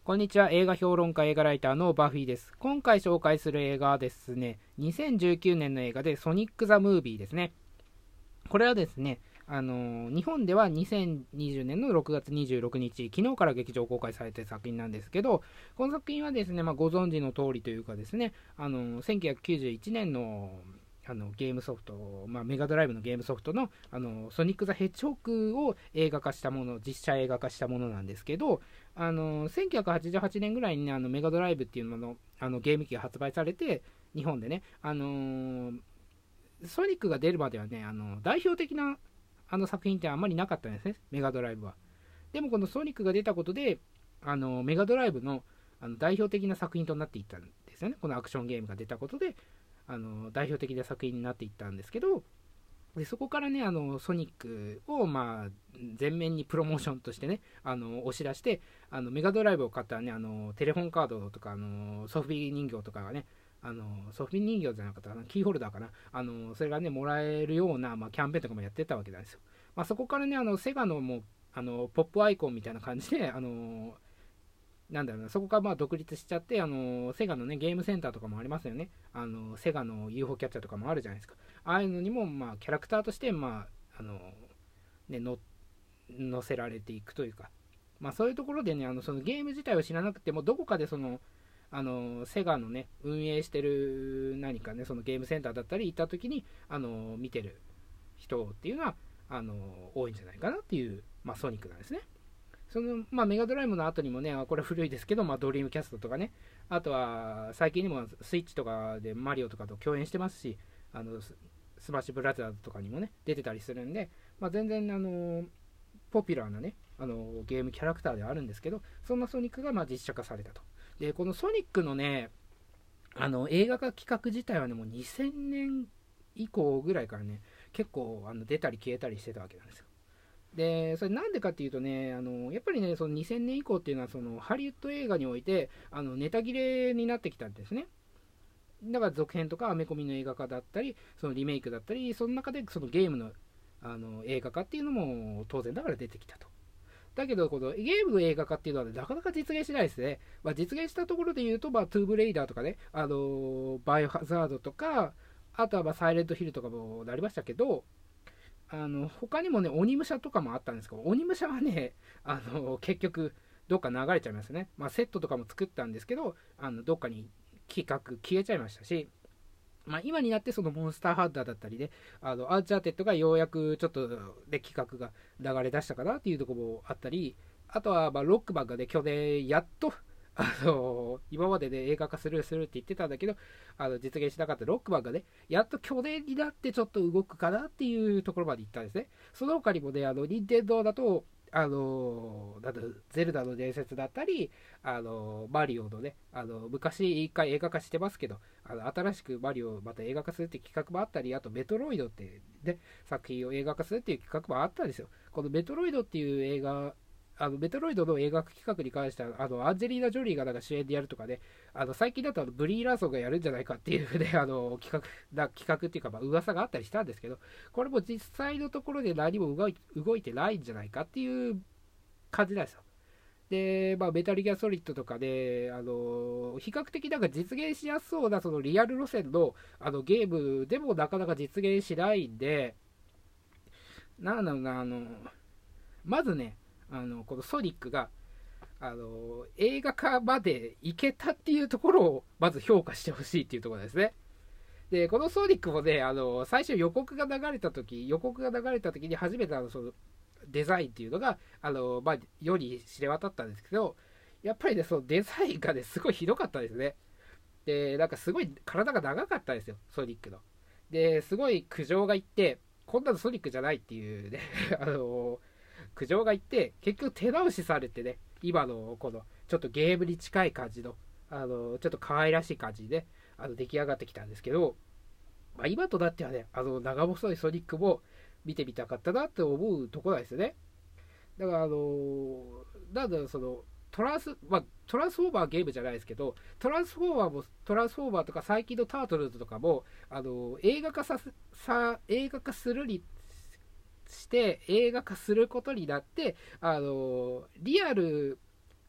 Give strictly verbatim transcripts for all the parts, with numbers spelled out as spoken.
こんにちは。映画評論家、映画ライターのバフィーです。今回紹介する映画はですね、にせんじゅうきゅうねんの映画でソニック・ザ・ムービーですね。これはですね、あのー日本ではにせんにじゅうねんのろくがつにじゅうろくにち、昨日から劇場公開されている作品なんですけど、この作品はですね、まあ、ご存知の通りというかですね、あのーせんきゅうひゃくきゅうじゅういちねんのあのゲームソフト、まあ、メガドライブのゲームソフトの、あのソニック・ザ・ヘッジホッグを映画化したもの、実写映画化したものなんですけど、あのせんきゅうひゃくはちじゅうはちねんぐらいに、ね、あのメガドライブっていうものあのゲーム機が発売されて、日本でね、あのーソニックが出るまではね、あの代表的なあの作品ってあんまりなかったんですね、メガドライブは。でもこのソニックが出たことで、あのメガドライブのあの代表的な作品となっていったんですよね。このアクションゲームが出たことで、あの代表的な作品になっていったんですけど、でそこからね、あのソニックをまあ前面にプロモーションとしてね、あの押し出して、あのメガドライブを買ったね、あのテレフォンカードとか、あのソフビ人形とかがね、あのソフビ人形じゃなかったかな、キーホルダーかな、あのそれがね、もらえるような、まあ、キャンペーンとかもやってたわけなんですよ。まあ、そこからね、あのセガのもうあのポップアイコンみたいな感じで、あのなんだろうな、そこからまあ独立しちゃって、あのセガのね、ゲームセンターとかもありますよね。あのセガの ユーフォー キャッチャーとかもあるじゃないですか。ああいうのにも、まあ、キャラクターとして、まあ、あの、ね、の載せられていくというか、まあ、そういうところでね、あのそのゲーム自体を知らなくても、どこかでその、あのセガのね、運営してる何かね、そのゲームセンターだったり行った時に、あの見てる人っていうのは、あの多いんじゃないかなっていう、まあ、ソニックなんですね。その、まあ、メガドライブの後にもね、これ古いですけど、まあ、ドリームキャストとかね、あとは最近にもスイッチとかでマリオとかと共演してますし、あのススマッシュブラザーズとかにもね、出てたりするんで、まあ、全然、あのポピュラーなね、あのゲームキャラクターではあるんですけど、そんなソニックがまあ実写化されたと。で、このソニックのね、あの映画化企画自体はね、もうにせんねん以降ぐらいからね、結構あの出たり消えたりしてたわけなんですよ。で、それなんでかっていうとね、あのやっぱりね、そのにせんねん以降っていうのは、そのハリウッド映画において、あのネタ切れになってきたんですね。だから続編とかアメコミの映画化だったり、そのリメイクだったり、その中でそのゲームのあの映画化っていうのも当然ながら出てきたと。だけど、このゲームの映画化っていうのは、ね、なかなか実現しないですね。まあ、実現したところで言うと、まあ、トゥーブレイダーとかね、あのーバイオハザードとか、あとはまあサイレントヒルとかもなりましたけど、あの他にもね、鬼武者とかもあったんですけど、鬼武者はね、あの結局、どっか流れちゃいますね。まあ、セットとかも作ったんですけど、あのどっかに企画消えちゃいましたし、まあ、今になってそのモンスターハンターだったりで、あのアンチャーテッドがようやくちょっとで企画が流れ出したかなっていうところもあったり、あとはまあロックマンがね、去年やっと、あの今までで、ね、映画化するするって言ってたんだけど、あの実現しなかったロックマンがね、やっと去年になってちょっと動くかなっていうところまで行ったんですね。その他にもね、あの任天堂だと、あのなんだゼルダの伝説だったり、あのマリオのね、あの昔一回映画化してますけど、あの新しくマリオをまた映画化するっていう企画もあったり、あとメトロイドってね、作品を映画化するっていう企画もあったんですよ。このメトロイドっていう映画、あのメトロイドの映画企画に関しては、あのアンジェリーナ・ジョリーがなんか主演でやるとかね、あの最近だとあのブリー・ラーソンがやるんじゃないかっていうね、あの企画な企画っていうか、まあ噂があったりしたんですけど、これも実際のところで何も動い動いてないんじゃないかっていう感じなんですよ。で、まあ、メタルギアソリッドとかで、あの比較的なんか実現しやすそうなそのリアル路線のあのゲームでもなかなか実現しないんで、なんだろうな、あのまずね、あのこのソニックがあの映画化まで行けたっていうところをまず評価してほしいっていうところですね。で、このソニックもね、あの最初予告が流れた時、予告が流れた時に初めてあのそのデザインっていうのが、あのまあ、世に知れ渡ったんですけど、やっぱりね、そのデザインがね、すごいひどかったですね。で、なんかすごい体が長かったんですよ、ソニックの。で、すごい苦情がいって、こんなのソニックじゃないっていうね、あの苦情がいって、結局手直しされてね、今のこのちょっとゲームに近い感じの、あのちょっと可愛らしい感じで、あの出来上がってきたんですけど、まあ、今となってはね、あの長細いソニックも見てみたかったなって思うところなんですよね。だから、あのなんだろう、その、トランス、まあ、トランスフォーマーはゲームじゃないですけど、トランスフォーマーも、トランスフォーマーとか最近のタートルズとかも、あの映画化させ、さ、映画化するにして、映画化することになって、あのリアル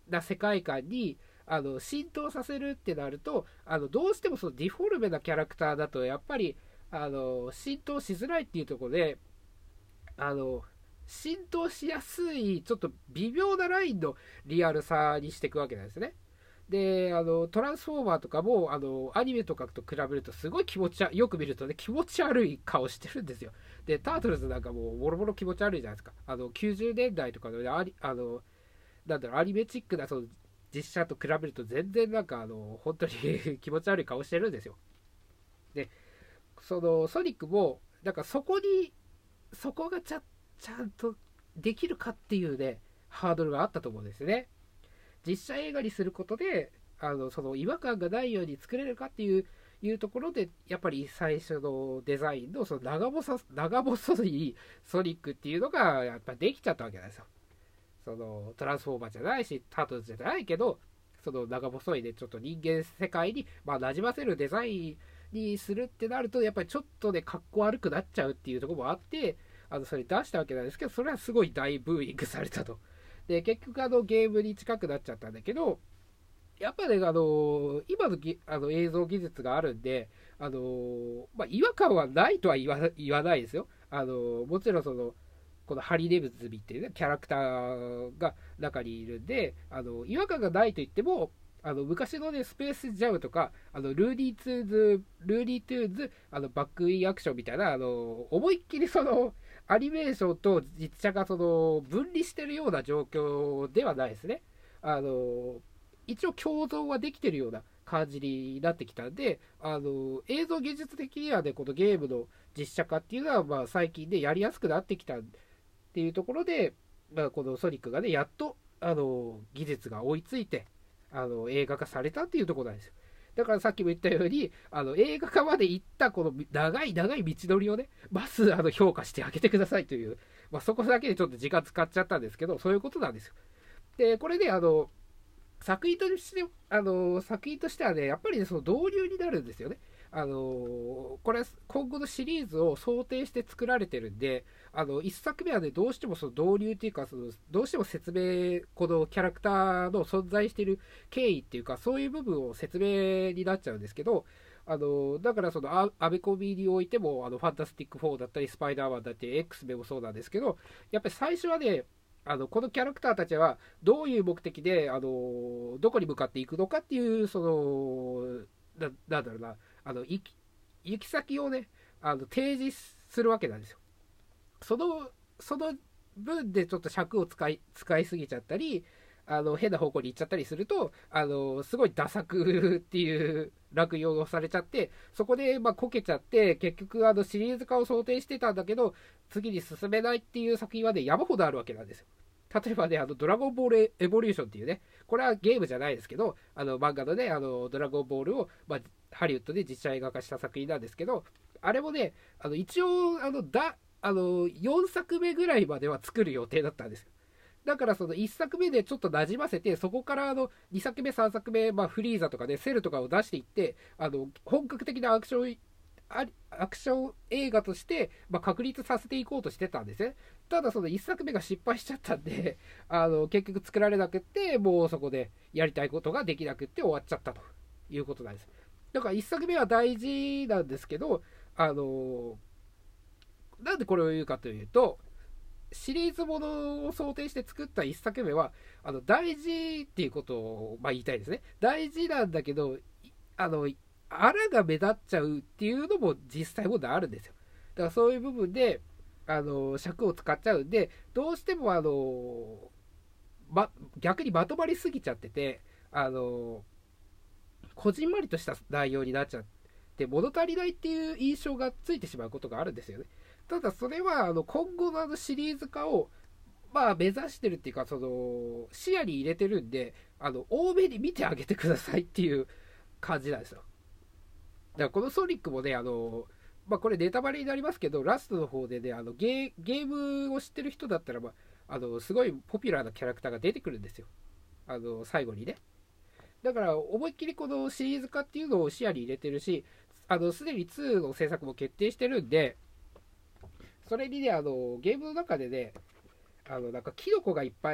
な世界観にあの浸透させるってなると、あのどうしてもそのディフォルメなキャラクターだとやっぱりあの浸透しづらいっていうところで、あの浸透しやすいちょっと微妙なラインのリアルさにしていくわけなんですね。で、あのトランスフォーマーとかもあのアニメとかと比べるとすごい気持ちよく見るとね、気持ち悪い顔してるんですよ。でタートルズなんかもうボロボロ気持ち悪いじゃないですか。あのきゅうじゅうねんだいとかの、ね、ありあのなんだろう、アニメチックなその実写と比べると全然なんかあの本当に気持ち悪い顔してるんですよ。でそのソニックもなんかそこにそこがちゃちゃんとできるかっていうね、ハードルがあったと思うんですね。実写映画にすることであのその違和感がないように作れるかっていういうところで、やっぱり最初のデザインのその長細長細いソニックっていうのがやっぱできちゃったわけなんですよ。そのトランスフォーマーじゃないしタートルズじゃないけど、その長細いでちょっと人間世界にまあ馴染ませるデザインにするってなると、やっぱりちょっとねかっこ悪くなっちゃうっていうところもあって、あのそれ出したわけなんですけど、それはすごい大ブーイングされたと。で結局あのゲームに近くなっちゃったんだけど、やっぱね、あの今のぎあの映像技術があるんで、あのまあ、違和感はないとは言わ言わないですよ。あのもちろんそのこのハリネムズミっていう、ね、キャラクターが中にいるんで、あの違和感がないと言っても、あの昔のねスペースジャムとかあのルーディーツーズルーディートゥーズあのバックインアクションみたいな、あの思いっきりそのアニメーションと実写がその分離してるような状況ではないですね。あの一応共存はできてるような感じになってきたんで、あの映像技術的にはね、このゲームの実写化っていうのはまあ最近で、ね、やりやすくなってきたっていうところで、まあ、このソニックがねやっとあの技術が追いついてあの映画化されたっていうところなんですよ。だからさっきも言ったように、あの映画化まで行ったこの長い長い道のりをね、まずあの評価してあげてくださいという、まあ、そこだけでちょっと時間使っちゃったんですけど、そういうことなんですよ。でこれであの作品としてあの作品としてはね、やっぱり、ね、その導入になるんですよね。あのこれ今後のシリーズを想定して作られてるんで、あのいっさくめはねどうしてもその導入っていうか、そのどうしても説明、このキャラクターの存在している経緯っていうか、そういう部分を説明になっちゃうんですけど、あのだからそのアアメコミにおいても、あのファンタスティックフォーだったりスパイダーマンだったり X メンもそうなんですけど、やっぱり最初はね、あのこのキャラクターたちはどういう目的であのどこに向かっていくのかっていう、そのななんだろうな、あの行き行き先をねあの提示するわけなんですよ。そのその分でちょっと尺を使い使いすぎちゃったり、あの変な方向に行っちゃったりすると、あのすごいダ作っていう落用をされちゃって、そこでまあこけちゃって、結局あのシリーズ化を想定してたんだけど次に進めないっていう作品はね山ほどあるわけなんですよ。例えばね、あのドラゴンボールエボリューションっていうね、これはゲームじゃないですけど、あの漫画のね、あのドラゴンボールを、まあ、ハリウッドで実写映画化した作品なんですけど、あれもね、あの一応あのだあのよんさくめぐらいまでは作る予定だったんですよ。だからそのいっさくめでちょっとなじませて、そこからあのにさくめ、さんさくめ、まあ、フリーザとかね、セルとかを出していって、あの本格的なアクションアクション映画として、まあ、確立させていこうとしてたんですね。ただそのいっさくめが失敗しちゃったんで、あの結局作られなくって、もうそこでやりたいことができなくって終わっちゃったということなんです。だからいっさくめは大事なんですけど、あのなんでこれを言うかというと、シリーズものを想定して作ったいっさくめはあの大事っていうことを、まあ、言いたいですね。大事なんだけど、あのあらが目立っちゃうっていうのも実際問題あるんですよ。だからそういう部分であの尺を使っちゃうんで、どうしてもあの、ま、逆にまとまりすぎちゃってて、あのこじんまりとした内容になっちゃって物足りないっていう印象がついてしまうことがあるんですよね。ただそれはあの今後のあのシリーズ化をまあ目指してるっていうか、その視野に入れてるんで、あの多めに見てあげてくださいっていう感じなんですよ。だからこのソニックもね、あのまあ、これネタバレになりますけど、ラストの方でね、あのゲーゲームを知ってる人だったら、まあ、あのすごいポピュラーなキャラクターが出てくるんですよ、あの最後にね。だから思いっきりこのシリーズ化っていうのを視野に入れてるし、あのすでにツーの制作も決定してるんで、それにね、あのゲームの中でね、あのなんかキノコがいっぱい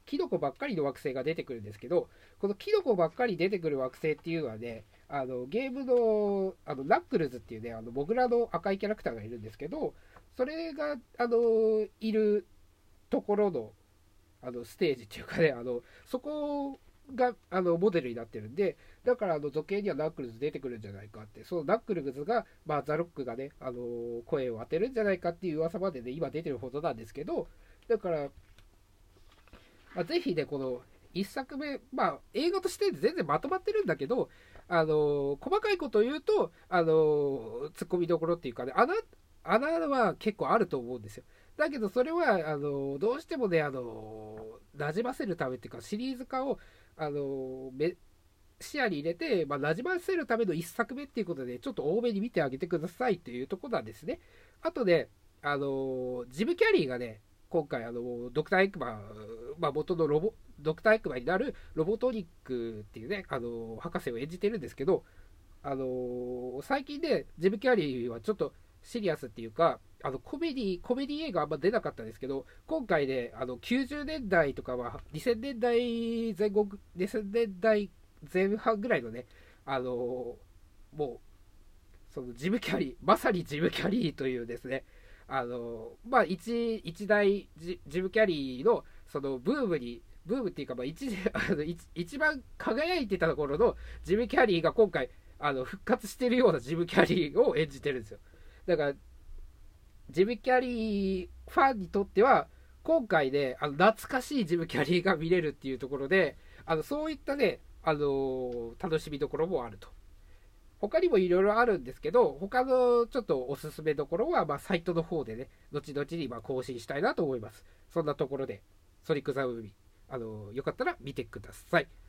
キノコばっかりの惑星が出てくるんですけど、このキノコばっかり出てくる惑星っていうのはね、あのゲームのあのナックルズっていうね、あのモグラの赤いキャラクターがいるんですけど、それがあのいるところのあのステージっていうかね、あのそこがあのモデルになってるんで、だからあの続編にはナックルズ出てくるんじゃないかって、そのナックルズが、まあ、ザ・ロックがね、あの声を当てるんじゃないかっていう噂までね、今出てるほどなんですけど、だから、まあ、ぜひね、このいっさくめ、まあ、映画として全然まとまってるんだけど、あの細かいことを言うと、あのツッコミどころっていうかね、穴、穴は結構あると思うんですよ。だけど、それはあのどうしてもね、あの馴染ませるためっていうか、シリーズ化をあのめ視野に入れて、まあ、馴染ませるためのいっさくめっていうことで、ちょっと多めに見てあげてくださいっていうところなんですね。あとね、あのジム・キャリーがね、今回、あのドクター・エックマン、まあ、元のロボドクター・エックマンになるロボトニックっていうね、あの博士を演じてるんですけど、あの最近ね、ジム・キャリーはちょっとシリアスっていうか、あのコメディコメディ映画あんま出なかったんですけど、今回ね、あのきゅうじゅうねんだいとかはにせんねんだいぜん後、にせんねんだいぜん半ぐらいのね、あのもう、そのジム・キャリー、まさにジム・キャリーというですね、あのまあ一、一大ジジム・キャリーのそのブームに、ブームっていうか、まあ一、あの一一番輝いてたところのジム・キャリーが今回、あの復活してるようなジム・キャリーを演じてるんですよ。だから、ジム・キャリーファンにとっては、今回で、ね、あの懐かしいジム・キャリーが見れるっていうところで、あのそういったね、あのー楽しみどころもあると。他にもいろいろあるんですけど、他のちょっとおすすめどころは、まあ、サイトの方でね、後々にまあ更新したいなと思います。そんなところで、ソニック・ザ・ムービー、あのーよかったら見てください。